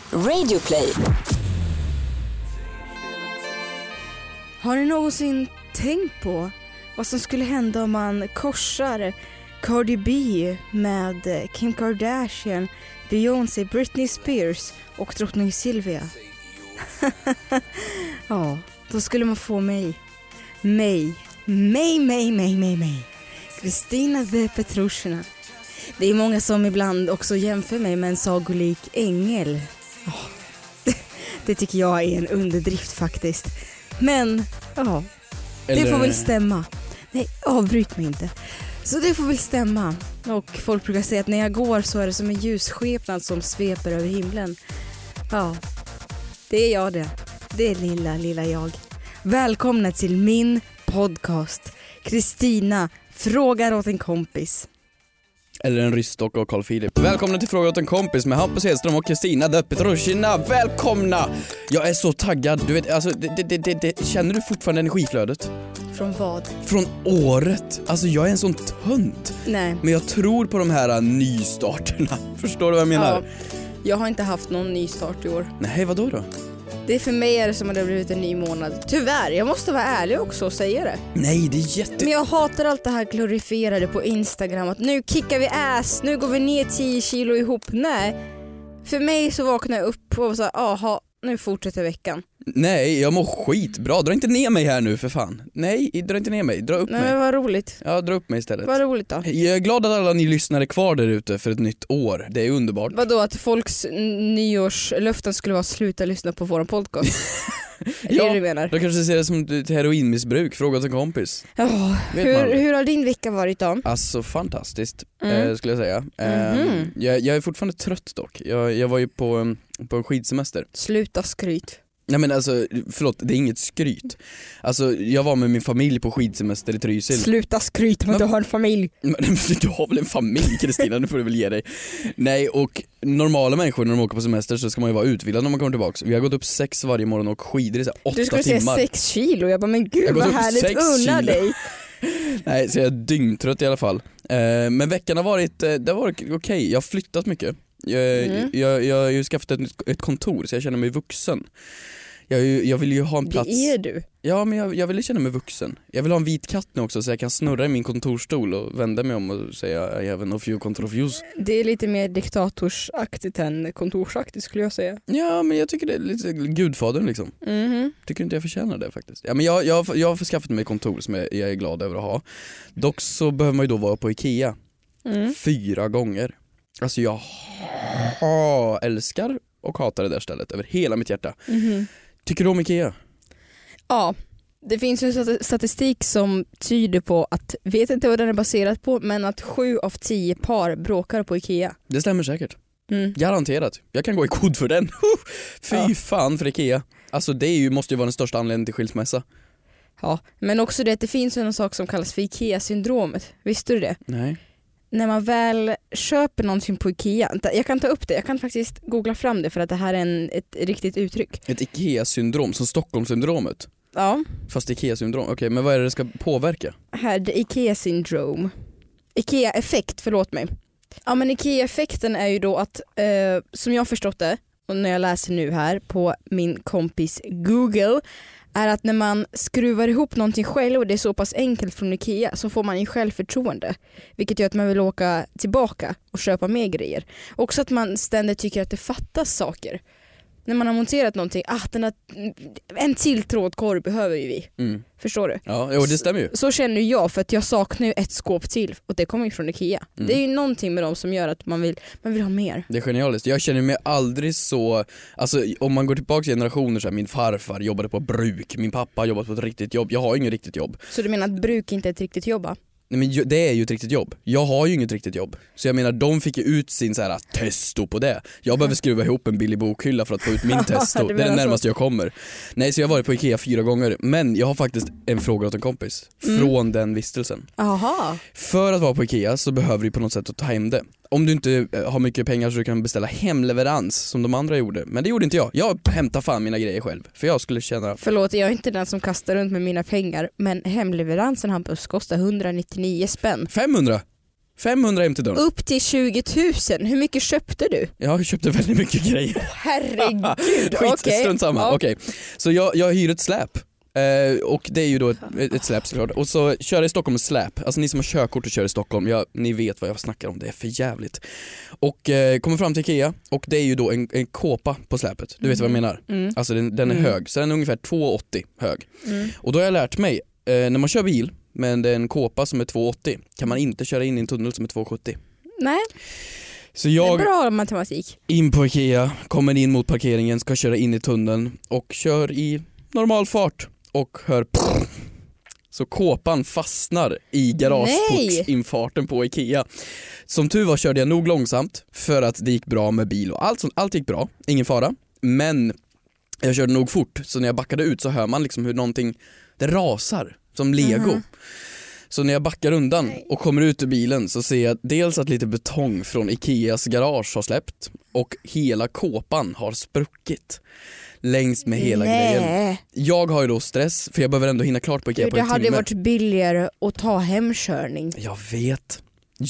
Radioplay. Har ni någonsin tänkt på vad som skulle hända om man korsar Cardi B med Kim Kardashian, Beyoncé, Britney Spears och drottning Silvia? Ja, då skulle man få mig. Kristina the Petrushina. Det är många som ibland också jämför mig med en sagolik ängel. Det tycker jag är en underdrift faktiskt. Men, ja, det får väl stämma. Nej, avbryt mig inte. Så det får väl stämma. Och folk brukar säga att när jag går så är det som en ljusskepnad som sveper över himlen. Ja, det är jag det. Det är lilla jag. Välkomna till min podcast. Kristina frågar åt en kompis. Eller en ryststock och Carl Philip. Välkomna till Fråga åt en kompis med Hampus Hedström och Kristina the Petrushina. Välkomna! Jag är så taggad. Du vet, alltså, känner du fortfarande energiflödet? Från vad? Från året. Alltså jag är en sån tönt. Nej. Men jag tror på de här nystarterna. Förstår du vad jag menar? Ja, jag har inte haft någon ny start i år. Nej, vad då? Det är för mig är det som att det har blivit en ny månad. Tyvärr, jag måste vara ärlig också och säga det. Nej, det är Men jag hatar allt det här glorifierade på Instagram. Att nu kickar vi ass, nu går vi ner 10 kilo ihop. Nej, för mig så vaknar jag upp och så aha, nu fortsätter veckan. Nej, jag mår skitbra. Dra inte ner mig här nu för fan. Nej, dra inte ner mig, dra upp mig. Nej, vad roligt. Ja, dra upp mig istället. Vad roligt då. Jag är glad att alla ni lyssnare är kvar där ute för ett nytt år. Det är underbart. Vadå, att folks nyårslöften skulle vara sluta lyssna på vår podcast? Ja, det du menar? då kanske ser det som ett heroinmissbruk. Fråga åt en kompis. Oh, hur har din vecka varit då? Alltså fantastiskt, skulle jag säga. Jag är fortfarande trött dock. Jag var ju på en skidsemester. Sluta skryt. Nej men alltså, förlåt, det är inget skryt. Alltså, jag var med min familj på skidsemester i Trysil. Sluta skryt med att du har en familj. Men du har väl en familj, Kristina, nu får du väl ge dig. Nej, och normala människor när de åker på semester så ska man ju vara utvilad när man kommer tillbaka. Vi har gått upp 6 varje morgon och skidor i så 8 timmar. Du skulle säga 6 kilo, jag bara men gud vad härligt, unna dig. Nej, så jag är dyngtrött i alla fall. Men veckan har varit, det har varit okej. Jag har flyttat mycket. Jag har ju skaffat ett kontor så jag känner mig vuxen. Jag vill ju ha en plats. Det är du. Ja, men jag vill känna mig vuxen. Jag vill ha en vit katt nu också så jag kan snurra i min kontorstol och vända mig om och säga I have no few control views. Det är lite mer diktatorsaktigt än kontorsaktigt skulle jag säga. Ja, men jag tycker det är lite gudfadern liksom. Tycker inte jag förtjänar det faktiskt. Ja, men jag har skaffat mig kontor som jag är glad över att ha. Dock så behöver man ju då vara på Ikea 4 gånger. Alltså jag älskar och hatar det där stället över hela mitt hjärta. Tycker du om Ikea? Ja, det finns en statistik som tyder på att, vet inte vad den är baserad på, men att 7 av 10 par bråkar på Ikea. Det stämmer säkert. Garanterat. Jag kan gå i kod för den. Fy fan för Ikea. Alltså det måste ju vara den största anledningen till skilsmässa. Ja, men också det att det finns en sak som kallas för Ikea-syndromet. Visste du det? Nej. När man väl köper någonting på Ikea, jag kan ta upp det, jag kan faktiskt googla fram det för att det här är ett riktigt uttryck. Ett Ikea-syndrom, som Stockholmssyndromet? Ja. Fast Ikea-syndrom, okej, men vad är det ska påverka? Här, the Ikea-syndrom. Ikea-effekt, förlåt mig. Ja, men Ikea-effekten är ju då att, som jag har förstått det, och när jag läser nu här på min kompis Google, är att när man skruvar ihop någonting själv och det är så pass enkelt från Ikea så får man ju självförtroende. Vilket gör att man vill åka tillbaka och köpa mer grejer. Också att man ständigt tycker att det fattas saker. När man har monterat någonting, en till trådkorg behöver ju vi. Förstår du? Ja, jo, det stämmer ju. Så känner jag, för att jag saknar ju ett skåp till och det kommer ju från Ikea. Det är ju någonting med dem som gör att man vill ha mer. Det är genialiskt. Jag känner mig aldrig så, alltså om man går tillbaka till generationer så här, min farfar jobbade på bruk, min pappa jobbade på ett riktigt jobb, jag har inget riktigt jobb. Så du menar att bruk inte är ett riktigt jobb? Nej, men det är ju ett riktigt jobb. Jag har ju inget riktigt jobb. Så jag menar, de fick ju ut sin så här testo på det. Jag behöver skruva ihop en billig bokhylla för att få ut min testo. Det är det närmaste jag kommer. Nej, så jag har varit på Ikea 4 gånger. Men jag har faktiskt en fråga åt en kompis från den vistelsen. Aha. För att vara på Ikea så behöver du på något sätt att ta hem det. Om du inte har mycket pengar så du kan beställa hemleverans som de andra gjorde. Men det gjorde inte jag. Jag hämtade fan mina grejer själv. För jag skulle känna... Förlåt, jag är inte den som kastar runt med mina pengar. Men hemleveransen, Hampus, kostar 199 spänn. 500? 500 hem till dörren. Upp till 20 000. Hur mycket köpte du? Jag köpte väldigt mycket grejer. Herregud, okej. Strunt samma. Ja. Okej. Så jag hyr ett släp. Och det är ju då ett släp såklart. Och så kör jag i Stockholm med släp. Alltså ni som har körkort och kör i Stockholm, ni vet vad jag snackar om, det är för jävligt. Och kommer fram till Ikea och det är ju då en kåpa på släpet. Du vet vad jag menar? Alltså den är hög, så den är ungefär 2,80 hög. Och då har jag lärt mig, när man kör bil men det är en kåpa som är 2,80 kan man inte köra in i en tunnel som är 2,70. Nej. Så jag det är bra matematik. In på Ikea, kommer in mot parkeringen, ska köra in i tunneln och kör i normal fart och hör så kåpan fastnar i garageportsinfarten på Ikea. Som tur var körde jag nog långsamt för att det gick bra med bil och allt gick bra, ingen fara. Men jag körde nog fort, så när jag backade ut så hör man liksom hur någonting, det rasar som Lego. Så när jag backar undan och kommer ut ur bilen så ser jag dels att lite betong från Ikeas garage har släppt och hela kåpan har spruckit längs med hela grejen. Jag har ju då stress för jag behöver ändå hinna klart på Ikea på en timme. Det hade varit billigare att ta hemkörning. Jag vet.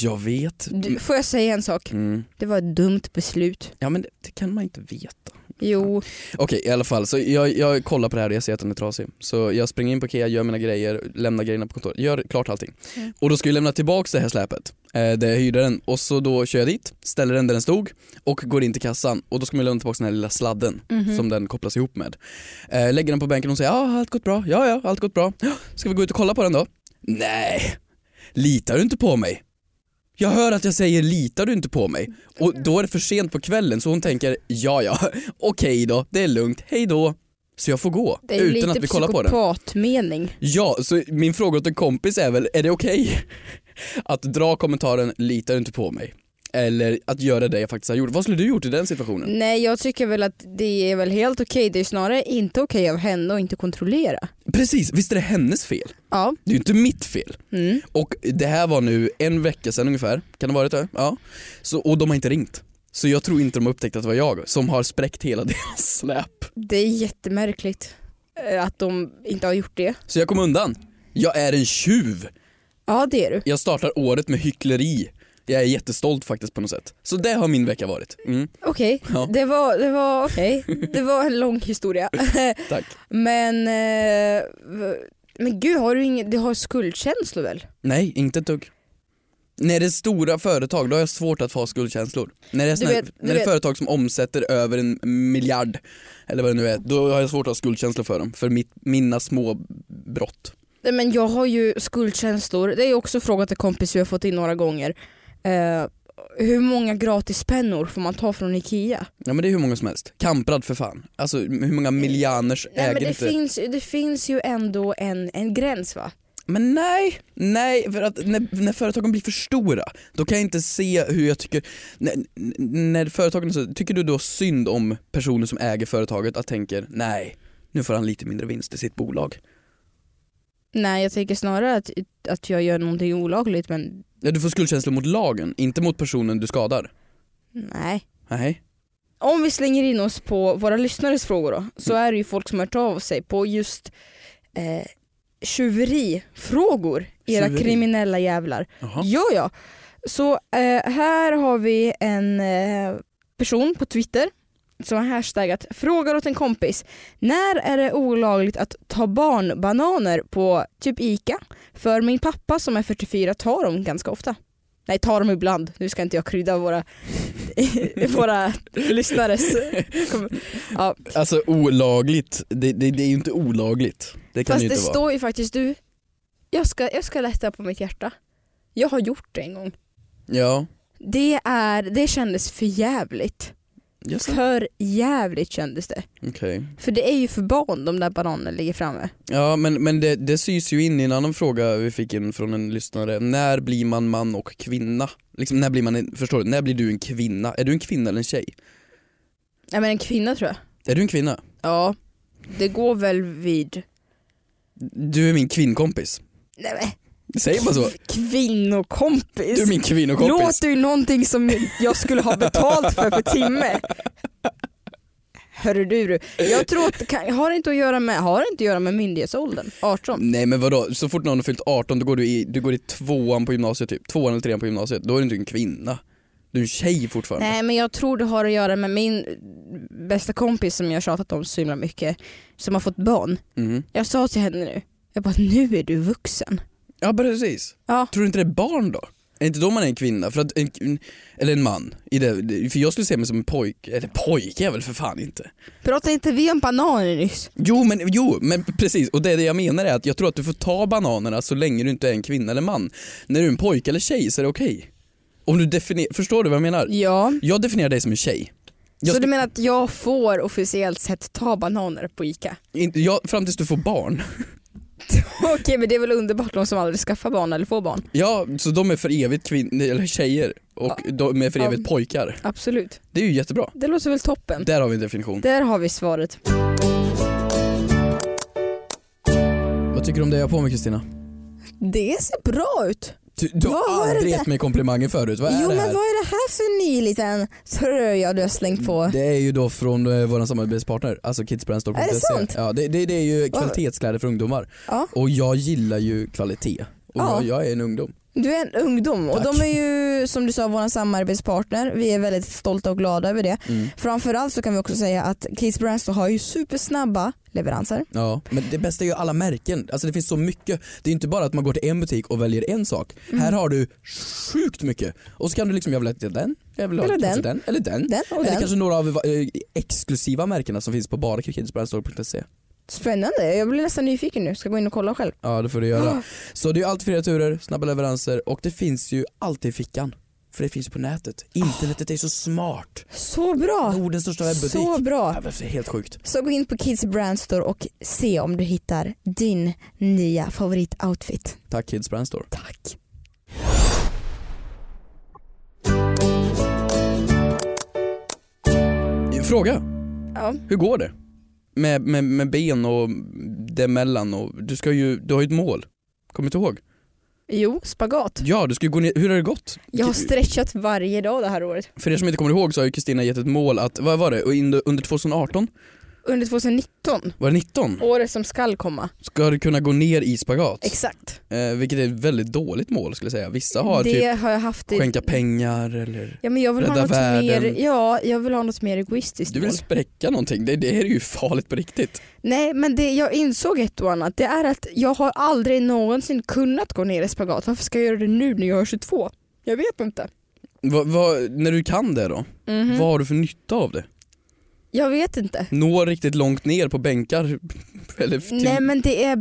Får jag säga en sak? Det var ett dumt beslut. Ja, men det kan man inte veta. Jo. Okej, i alla fall, så jag kollar på det här och jag ser att den är trasig. Så jag springer in på Ikea, gör mina grejer, lämnar grejerna på kontoret, gör klart allting. Och då ska jag lämna tillbaka det här släpet där jag hyrde den. Och så då kör jag dit, ställer den där den stod och går in till kassan. Och då ska man lämna tillbaka den här lilla sladden som den kopplas ihop med. Lägger den på bänken och säger allt gått bra, ja allt gått bra. Ska vi gå ut och kolla på den då? Nej, litar du inte på mig? Jag hör att jag säger litar du inte på mig? Och då är det för sent på kvällen så hon tänker ja, okej då, det är lugnt, hej då. Så jag får gå det är utan att vi kollar på den. Det är lite psykopatmening. Ja, så min fråga till en kompis är väl, är det okej att dra kommentaren litar du inte på mig? Eller att göra det jag faktiskt har gjort. Vad skulle du gjort i den situationen? Nej, jag tycker väl att det är väl helt okej. Det är snarare inte okej av henne att inte kontrollera. Precis, visst är det hennes fel? Ja. Det är ju inte mitt fel. Och det här var nu en vecka sedan ungefär. Kan det vara det? Ja. Så, och de har inte ringt. Så jag tror inte de har upptäckt att det var jag som har spräckt hela deras släp. Det är jättemärkligt att de inte har gjort det. Så jag kom undan. Jag är en tjuv. Ja, det är du. Jag startar året med hyckleri. Jag är jättestolt faktiskt på något sätt. Så det har min vecka varit. Okej. Ja. Det var okej. Det var en lång historia. Tack. Men gud, du har skuldkänslor väl? Nej, inte ett dugg. När det är stora företag, då har jag svårt att få skuldkänslor. När det är företag som omsätter över 1 miljard eller vad det nu är, då har jag svårt att ha skuldkänslor för dem. För mina små brott. Men jag har ju skuldkänslor. Det är också frågat till kompis vi har fått in några gånger. Hur många gratispennor får man ta från Ikea? Ja, men det är hur många som helst. Kamprad för fan. Alltså hur många miljoners äger men inte? Det finns ju ändå en gräns, va? Men nej, för att när företagen blir för stora, då kan jag inte se hur jag tycker. När företagen så, tycker du då synd om personer som äger företaget att tänker, nej, nu får han lite mindre vinst i sitt bolag? Nej, jag tänker snarare att jag gör någonting olagligt, men... Ja, du får skuldkänslor mot lagen, inte mot personen du skadar. Nej. Om vi slänger in oss på våra lyssnares frågor då, så är det ju folk som har hört av sig på just tjuverifrågor, era kriminella jävlar. Aha. Ja. Så här har vi en person på Twitter som har hashtaggat frågar åt en kompis. När är det olagligt att ta barnbananer på typ Ica? För min pappa som är 44 tar dem ganska ofta. Nej, tar dem ibland. Nu ska inte jag krydda våra lyssnares. Ja. Alltså olagligt, det är ju inte olagligt. Det kan. Fast ju inte det vara. Står ju faktiskt jag ska lätta på mitt hjärta. Jag har gjort det en gång. Ja. Det kändes för jävligt. För jävligt kändes det. Okay. För det är ju för barn de där bananerna ligger framme. Ja, men det sys ju in i en annan fråga vi fick in från en lyssnare. När blir man man och kvinna? Liksom, när blir du en kvinna? Är du en kvinna eller en tjej? Ja, men en kvinna tror jag. Är du en kvinna? Ja, det går väl vid... Du är min kvinnkompis. Nej, men... Säg bara så. Kvinnokompis. Du är min kvinnokompis. Låter ju någonting som jag skulle ha betalt för timme. hörru du. Jag tror att har det inte att göra med myndighetsåldern, 18. Nej men vadå, så fort någon har fyllt 18 då går du går i 2:an på gymnasiet typ, 2:an eller 3:an på gymnasiet, då är du inte en kvinna. Du är en tjej fortfarande. Nej men jag tror det har att göra med min bästa kompis som jag tjatat om så himla mycket, som har fått barn. Jag sa till henne nu är du vuxen. Ja precis. Ja. Tror du inte det är barn då? Är inte då man är en kvinna? För att eller en man i det, för jag skulle se mig som en pojke. Eller pojke är väl för fan inte. Pratar inte vi om bananer nyss? Jo men precis, och det jag menar är att jag tror att du får ta bananerna så länge du inte är en kvinna eller man. När du är en pojke eller tjej så är det okej. Om du förstår du vad jag menar? Ja. Jag definierar dig som en tjej. Så du menar att jag får officiellt sett ta bananer på ICA? Fram tills du får barn. Okej, men det är väl underbart de som aldrig skaffar barn eller får barn. Ja, så de är för evigt eller tjejer och de är för evigt pojkar. Absolut. Det är ju jättebra. Det låter väl toppen. Där har vi en definition. Där har vi svaret. Vad tycker du om det jag har på mig, Kristina? Det ser bra ut. Du har aldrig gett mig komplimanger förut. Vad är det här? Men vad är det här för ny liten tröja du har slängt på? Det är ju då från vår samarbetspartner, alltså kidsbrandstore.se. Är det sant? Ja, det är ju kvalitetskläder för ungdomar. Ja. Och jag gillar ju kvalitet. Och jag är en ungdom. Du är en ungdom. Tack. Och de är ju, som du sa, vår samarbetspartner. Vi är väldigt stolta och glada över det. Framförallt så kan vi också säga att Kids Brandstore har ju supersnabba leveranser. Ja, men det bästa är ju alla märken. Alltså det finns så mycket. Det är inte bara att man går till en butik och väljer en sak. Här har du sjukt mycket. Och så kan du liksom, jag vill ha den, jag vill ha den. Eller kanske några av exklusiva märkena som finns på bara kidsbrandstore.se. Spännande, jag blir nästan nyfiken nu. Ska gå in och kolla själv. Ja, det får du göra. Så det är alltid flera turer, snabba leveranser och det finns ju alltid i fickan. För det finns på nätet. Internetet är så smart. Så bra. Nordens största webbutik. Så bra. Ja, det är helt sjukt. Så gå in på Kids Brandstore och se om du hittar din nya favoritoutfit. Tack Kids Brandstore. Tack. Fråga. Ja. Hur går det? Med ben och det emellan och du har ju ett mål. Kommer du ihåg? Jo, spagat. Ja, du ska gå ner. Hur har det gått? Jag har stretchat varje dag det här året. För er som inte kommer ihåg så har ju Kristina gett ett mål att, vad var det? Under 2018? Under 2019. Var det 19? Året som skall komma. Ska du kunna gå ner i spagat? Exakt. Vilket är ett väldigt dåligt mål skulle jag säga. Vissa har det typ har jag haft skänka pengar eller ja, men jag vill ha något mer. Ja, jag vill ha något mer egoistiskt. Du vill mål. spräcka någonting. Det är ju farligt på riktigt. Nej, men det jag insåg ett och annat, det är att jag har aldrig någonsin kunnat gå ner i spagat. Varför ska jag göra det nu när jag är 22? Jag vet inte. När du kan det då? Vad har du för nytta av det? Jag vet inte. Nå riktigt långt ner på bänkar eller Nej, men det är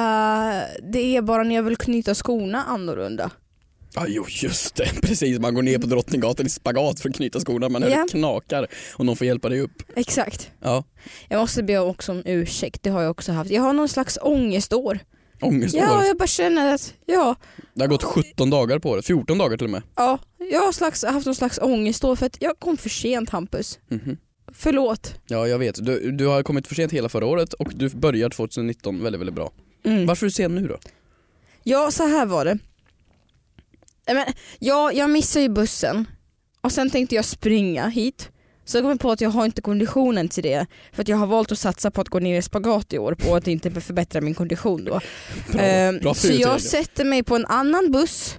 bara när jag vill knyta skorna annorlunda. Ja, jo, just det. Precis, man går ner på Drottninggatan i spagat för att knyta skorna. Man hör det knakar och någon får hjälpa dig upp. Exakt. Ja. Jag måste be också om ursäkt. Det har jag också haft. Jag har någon slags ångestår. Ångestår? Ja, jag bara känner att det har gått 17 dagar på det. 14 dagar till och med. Ja, jag har haft någon slags ångestår för att jag kom för sent, Hampus. Förlåt. Ja, jag vet. Du har kommit för sent hela förra året och du börjar 2019 väldigt, väldigt bra. Varför är du sen nu då? Ja, så här var det. Men, jag missade ju bussen och sen tänkte jag springa hit. Så jag kom på att jag har inte konditionen till det. För att jag har valt att satsa på att gå ner i spagat i år på att inte förbättra min kondition då. Bra så jag sätter mig på en annan buss.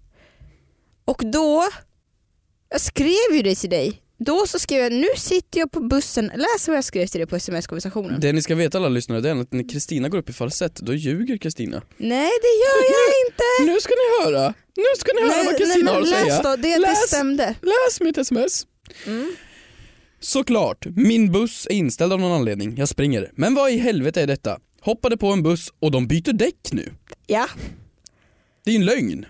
Och då, jag skrev ju det till dig. Då så skrev jag, nu sitter jag på bussen. Läs vad jag skrev till dig på sms-konversationen. Det ni ska veta alla lyssnare, det är att när Kristina går upp i falsett, då ljuger Kristina. Nej, det gör jag inte. Nu ska ni höra. Vad Kristina har att säga. Läs då, det stämde. Läs mitt sms. Såklart, min buss är inställd av någon anledning. Jag springer. Men vad i helvete är detta? Hoppade på en buss och de byter däck nu. Ja. Det är en lögn.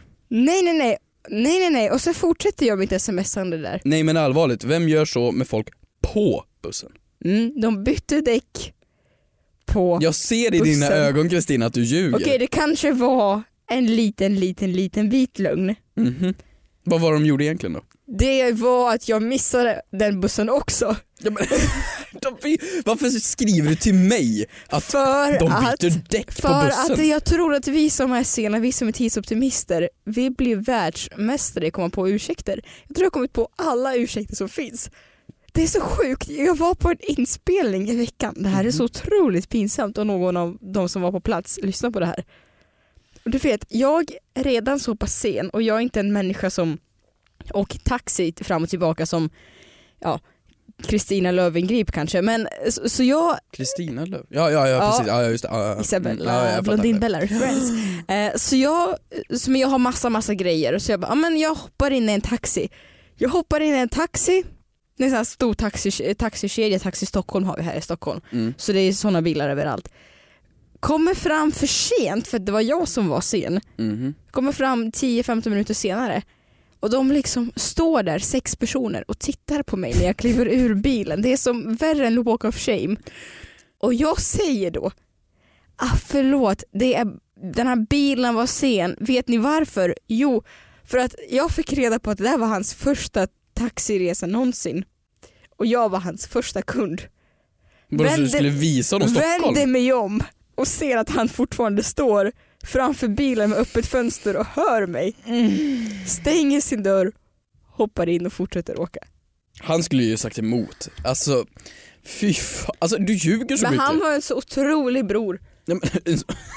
Nej. Och så fortsätter jag mitt smsande där. Nej, men allvarligt, vem gör så med folk på bussen? De bytte däck på Jag ser i bussen. dina ögon, Kristina, att du ljuger. Okej, det kanske var en liten vit lögn. Vad var de gjorde egentligen då? Det var att jag missade den bussen också. Ja, men, varför skriver du till mig att de byter däck på bussen? För att jag tror att vi som är sena, vi som är tidsoptimister, vi blir världsmästare i att komma på ursäkter. Jag tror jag har kommit på alla ursäkter som finns. Det är så sjukt. Jag var på en inspelning i veckan. Det här är så otroligt pinsamt och någon av de som var på plats lyssnar på det här. Och du vet, jag är redan så pass sen och jag är inte en människa som åker taxi fram och tillbaka som Kristina Löwengrip kanske, men så jag... Kristina Löv? Ja, precis. Ja, just det. Isabella, Blondinbella Friends. Så jag har massa grejer. Så jag bara, men jag hoppar in i en taxi. Det är en sån här stor taxikedja, Taxi Stockholm har vi här i Stockholm. Så det är såna bilar överallt. Kommer fram för sent, för det var jag som var sen. Kommer fram 10-15 minuter senare. Och de liksom står där, 6 personer, och tittar på mig när jag kliver ur bilen. Det är som värre än walk of shame. Och jag säger då, förlåt, den här bilen var sen. Vet ni varför? Jo, för att jag fick reda på att det där var hans första taxiresa någonsin. Och jag var hans första kund. Du skulle visa dem Stockholm? Vände mig om och ser att han fortfarande står framför bilen med öppet fönster och hör mig. Stänger sin dörr, hoppar in och fortsätter åka. Han skulle ju sagt emot. Alltså, fy fan. Alltså, du ljuger så mycket. Men han var en så otrolig bror. Ja, men...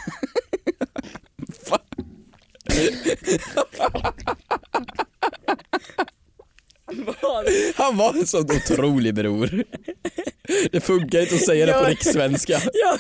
Han var en sån otrolig bror. Det funkar inte att säga det på rikssvenska.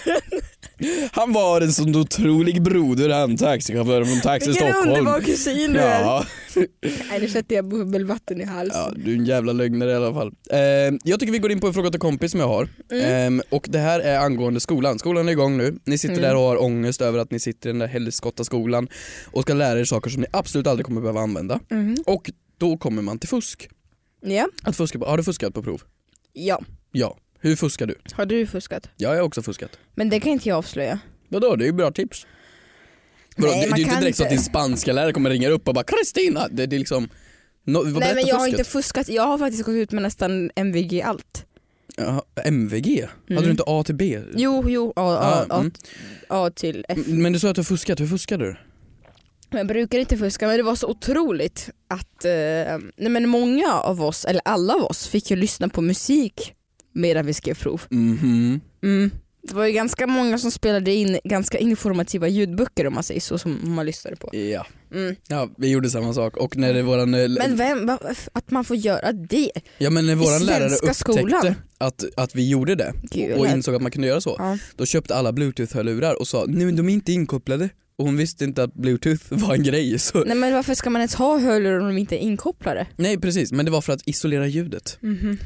Han var en sån otrolig broder, han taxichaufför från Taxi Stockholm. Vilken underbar kusin du är. Nej, nu sätter jag bubbelvatten i halsen. Ja, du är en jävla lögnare i alla fall. Jag tycker vi går in på en fråga till kompis som jag har. Och det här är angående skolan. Skolan är igång nu. Ni sitter där och har ångest över att ni sitter i den där helskotta skolan och ska lära er saker som ni absolut aldrig kommer behöva använda. Och då kommer man till fusk. Ja. Att fuska har du fuskat på prov? Ja. Ja. Hur fuskar du? Har du fuskat? Ja, jag har också fuskat. Men det kan inte jag avslöja. Vadå? Det är ju bra tips. Nej, det är ju inte direkt så att din spanska lärare kommer ringa upp och bara Kristina, det är liksom... Nej, men jag har inte fuskat. Jag har faktiskt gått ut med nästan MVG allt. Ja, MVG? Hade du inte A till B? Jo, A till F. Men du sa att du har fuskat. Hur fuskade du? Jag brukar inte fuska, men det var så otroligt att men många av oss, eller alla av oss, fick ju lyssna på musik medan vi skrev prov. Det var ju ganska många som spelade in ganska informativa ljudböcker, om man säger så, som man lyssnade på. Ja. Ja, vi gjorde samma sak. Och när det våran, men att man får göra det? Ja, men när våran lärare upptäckte att vi gjorde det och insåg att man kunde göra så, då köpte alla Bluetooth-hörlurar och sa, nej men de är inte inkopplade. Och hon visste inte att Bluetooth var en grej. Så... Nej, men varför ska man ens ha hörlurar om de inte är inkopplade? Nej, precis. Men det var för att isolera ljudet.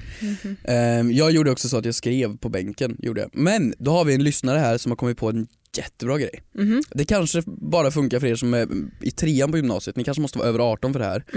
Jag gjorde också så att jag skrev på bänken. Gjorde jag. Men då har vi en lyssnare här som har kommit på en jättebra grej. Det kanske bara funkar för er som är i 3:an på gymnasiet. Ni kanske måste vara över 18 för det här.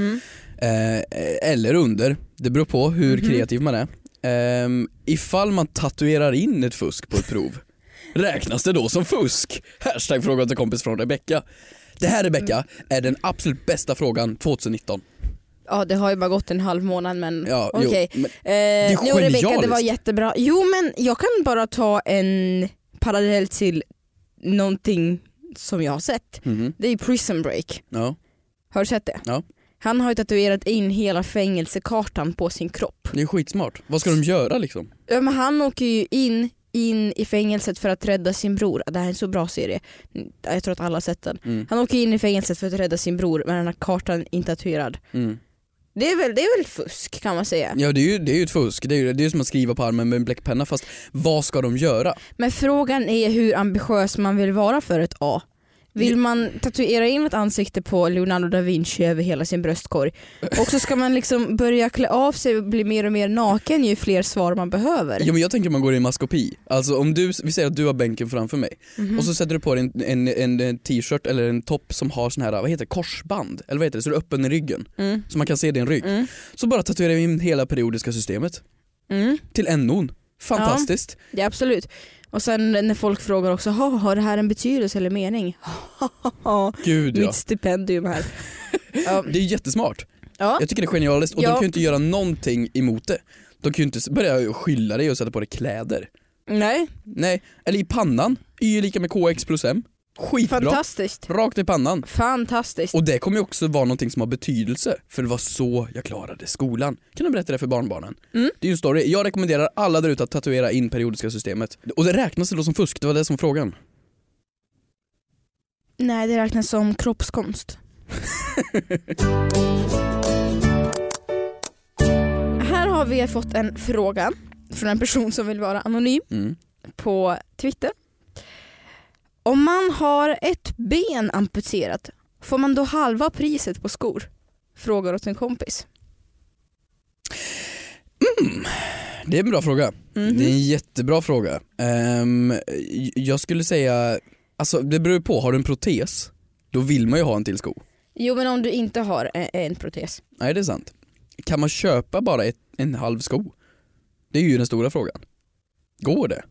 Eller under. Det beror på hur kreativ man är. Ifall man tatuerar in ett fusk på ett prov, räknas det då som fusk? Hashtag fråga till kompis från Rebecca. Det här, Rebecca, är den absolut bästa frågan 2019. Ja, det har ju bara gått en halv månad, men ja, okej. Det är genialiskt. Rebecca, det var jättebra. Jo, men jag kan bara ta en parallell till någonting som jag har sett. Det är Prison Break. Ja. Har du sett det? Ja. Han har ju tatuerat in hela fängelsekartan på sin kropp. Det är skitsmart. Vad ska de göra liksom? Ja, men han åker ju in i fängelset för att rädda sin bror. Det här är en så bra serie. Jag tror att alla har sett den. Han åker in i fängelset för att rädda sin bror, men den här kartan inte tatuerad. Det är väl fusk, kan man säga. Ja, det är ju ett fusk. Det är ju som att skriva på armen med en bläckpenna, fast vad ska de göra? Men frågan är hur ambitiös man vill vara för ett A. Vill man tatuera in ett ansikte på Leonardo da Vinci över hela sin bröstkorg, och så ska man liksom börja klä av sig och bli mer och mer naken ju fler svar man behöver. Ja, men jag tänker man går i maskopi. Alltså om vi säger att du har bänken framför mig och så sätter du på dig en t-shirt eller en topp som har sån här, vad heter det, korsband, eller vad heter det, så du är öppen i ryggen så man kan se din rygg. Så bara tatuerar vi in hela periodiska systemet till NO:n. Fantastiskt. Ja, absolut. Och sen när folk frågar också, har det här en betydelse eller mening? Gud, ja. Mitt stipendium här. Det är jättesmart. Ja. Jag tycker det är genialiskt. Och de kan ju inte göra någonting emot det. De kan ju inte börja skylla dig och sätta på dig kläder. Nej. Eller i pannan, Y är lika med KX plus M. Skitbra. Fantastiskt. Rakt i pannan. Fantastiskt. Och det kommer ju också vara någonting som har betydelse. För det var så jag klarade skolan. Kan du berätta det för barnbarnen? Det är ju en story. Jag rekommenderar alla där ute att tatuera in periodiska systemet. Och det räknas det då som fusk? Det var det som frågan. Nej, det räknas som kroppskonst. Här har vi fått en fråga från en person som vill vara anonym på Twitter. Om man har ett ben amputerat, får man då halva priset på skor? Frågar åt en kompis. Det är en bra fråga. Det är en jättebra fråga. Jag skulle säga, alltså det beror på, har du en protes, då vill man ju ha en till sko. Jo, men om du inte har en protes. Nej, det är sant. Kan man köpa bara en halv sko? Det är ju den stora frågan. Går det?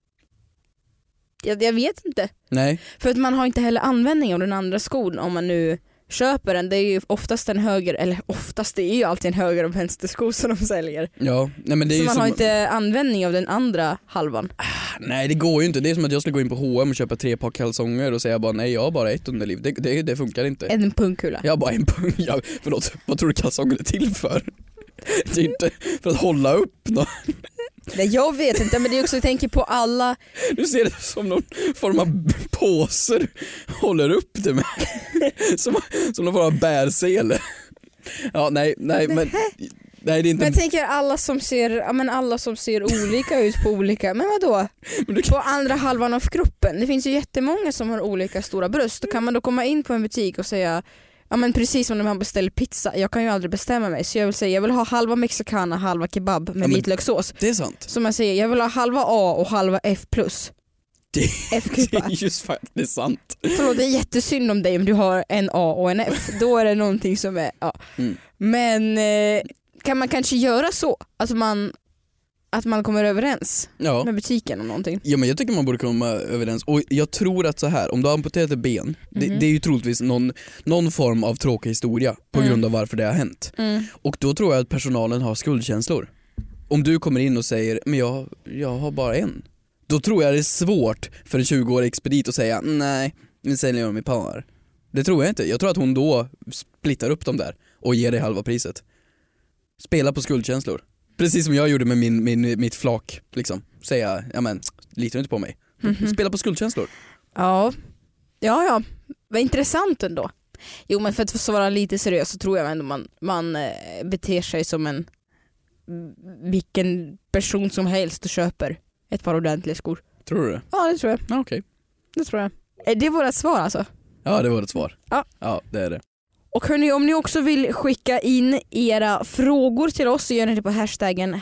Jag vet inte. Nej. För att man har inte heller användning av den andra skon om man nu köper den. Det är ju oftast en höger, eller oftast, det är ju alltid en höger och vänster sko som de säljer. Ja, nej, men det är så ju man som... har inte användning av den andra halvan. Nej, det går ju inte. Det är som att jag skulle gå in på H&M och köpa 3 par kalsonger och säga bara nej, jag har bara ett underliv. Det funkar inte. En pungkula. Jag har bara en pung. Förlåt, vad tror du kalsonger är till för? Det är inte för att hålla upp någon. Nej, jag vet inte, men det är också, jag tänker på alla. Du ser det som någon form av påser håller upp det med. Som någon form av bärsele. Ja, nej, men nej, det är inte. Men jag tänker alla som ser olika ut på olika. Men vadå? På andra halvan av kroppen. Det finns ju jättemånga som har olika stora bröst. Då kan man då komma in på en butik och säga, ja men precis som när man beställer pizza. Jag kan ju aldrig bestämma mig. Så jag vill säga, jag vill ha halva mexicana, halva kebab med vitlökssås. Det är sant. Som man säger, jag vill ha halva A och halva F+. Det är just faktiskt sant. Förlåt, det är jättesynd om dig om du har en A och en F. Då är det någonting som är, ja. Men kan man kanske göra så? Att man kommer överens med butiken om någonting. Ja, men jag tycker man borde komma överens. Och jag tror att så här, om du har amputerat ett ben, det är ju troligtvis någon form av tråkig historia på grund av varför det har hänt. Och då tror jag att personalen har skuldkänslor. Om du kommer in och säger, men jag har bara en. Då tror jag det är svårt för en 20-årig expedit att säga, nej, nu säljer jag dem i par. Det tror jag inte. Jag tror att hon då splittar upp dem där och ger dig halva priset. Spela på skuldkänslor. Precis som jag gjorde med mitt flak, liksom. Säga, ja men, litar du inte på mig? Spela på skuldkänslor. Ja. Vad intressant ändå. Jo, men för att svara lite seriöst så tror jag ändå man beter sig som vilken person som helst och köper ett par ordentliga skor. Tror du det? Ja, det tror jag. Ja, okej. Det tror jag. Är det vårt svar alltså? Ja, det var ett svar. Ja, det är det. Och hörni, om ni också vill skicka in era frågor till oss så gör ni det på hashtaggen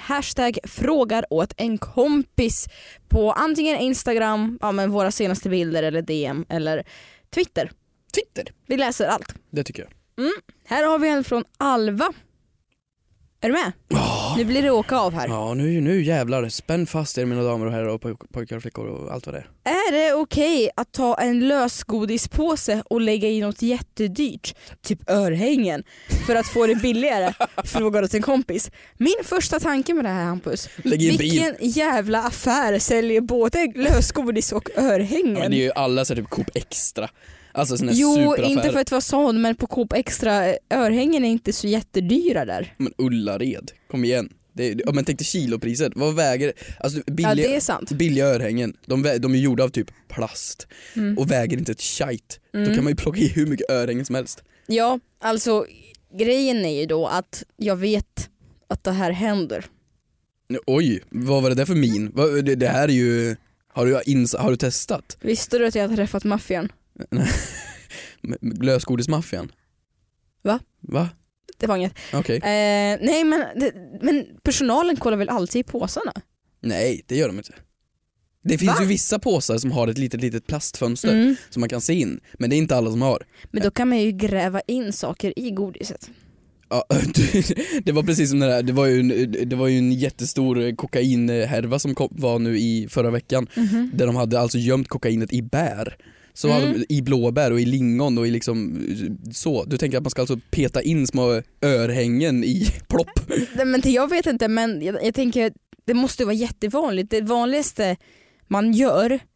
#frågaråt-en-kompis på antingen Instagram, men våra senaste bilder, eller DM eller Twitter. Vi läser allt. Det tycker jag. Här har vi en från Alva. Är du med? Nu blir det åka av här. Ja, nu jävlar. Spänn fast er, mina damer och herrar och pojkar och flickor och allt vad det är. Är det okej att ta en lösgodispåse och lägga i något jättedyrt, typ örhängen, för att få det billigare? Frågar åt en kompis. Min första tanke med det här, Hampus, vilken jävla affär säljer både lösgodis och örhängen? Ja, men det är ju alla så typ Coop Extra. Alltså inte för att vara sån, men på Coop Extra, örhängen är inte så jättedyra där. Men Ullared, kom igen. Men tänk dig kilopriset. Vad väger, alltså det är sant. Billiga örhängen, de är gjorda av typ plast och väger inte ett shite. Då kan man ju plocka i hur mycket örhängen som helst. Ja, alltså grejen är ju då att jag vet att det här händer. Oj, vad var det där för min? Det här är ju, har du testat? Visste du att jag har träffat maffian? Lösgodismaffian. Va? Det var inget. Okay. Nej, men personalen kollar väl alltid i påsarna? Nej, det gör de inte. Det finns ju vissa påsar som har ett litet plastfönster som man kan se in, men det är inte alla som har. Men då kan man ju gräva in saker i godiset. Ja, det var precis som det där. Det var ju en jättestor kokainhärva som var nu i förra veckan, där de hade alltså gömt kokainet i bär. Så i blåbär och i lingon och i liksom så. Du tänker att man ska alltså peta in små örhängen i plopp? Men jag vet inte, men jag tänker det måste vara jättevanligt. Det vanligaste man gör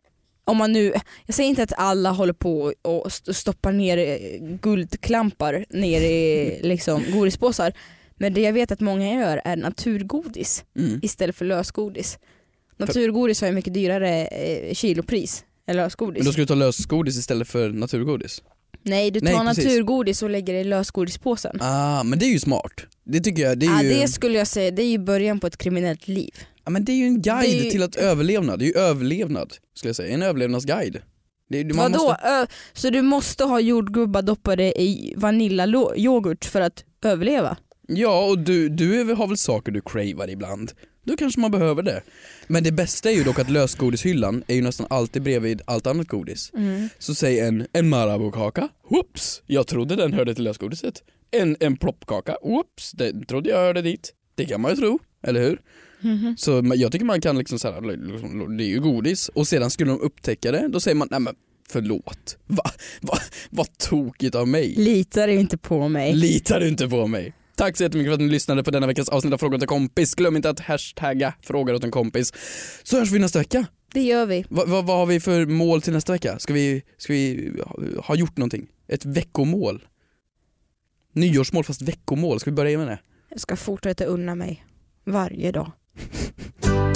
om man nu, jag säger inte att alla håller på och stoppar ner guldklampar ner i liksom godispåsar, men det jag vet att många gör är naturgodis istället för lösgodis. Naturgodis har ju mycket dyrare kilopris än lösgodis. Men då ska du ta lösgodis istället för naturgodis? Nej, du tar naturgodis och lägger det i lösgodispåsen. Men det är ju smart. Det tycker jag, det är ju... det skulle jag säga, det är ju början på ett kriminellt liv. Ja, men det är ju en guide till att överlevna. Det är ju överlevnad, skulle jag säga. En överlevnadsguide. Vadå? Så du måste ha jordgubbar doppade i vaniljayoghurt för att överleva? Ja, och du har väl saker du cravar ibland. Då kanske man behöver det. Men det bästa är ju dock att lösgodishyllan är ju nästan alltid bredvid allt annat godis. Så säg en Marabou-kaka. Whoops, jag trodde den hörde till lösgodiset. En ploppkaka. Whoops, den trodde jag hörde dit. Det kan man ju tro, eller hur? Så jag tycker man kan liksom såhär, det är ju godis. Och sedan skulle de upptäcka det, då säger man, nej men förlåt. Vad tokigt av mig. Litar du inte på mig? Litar du inte på mig? Tack så jättemycket för att ni lyssnade på denna veckas avsnitt av Fråga åt en kompis. Glöm inte att hashtagga Fråga åt en kompis. Så hörs vi nästa vecka. Det gör vi. Vad har vi för mål till nästa vecka? Ska vi ha gjort någonting? Ett veckomål? Nyårsmål fast veckomål. Ska vi börja med det? Jag ska fortsätta unna mig varje dag.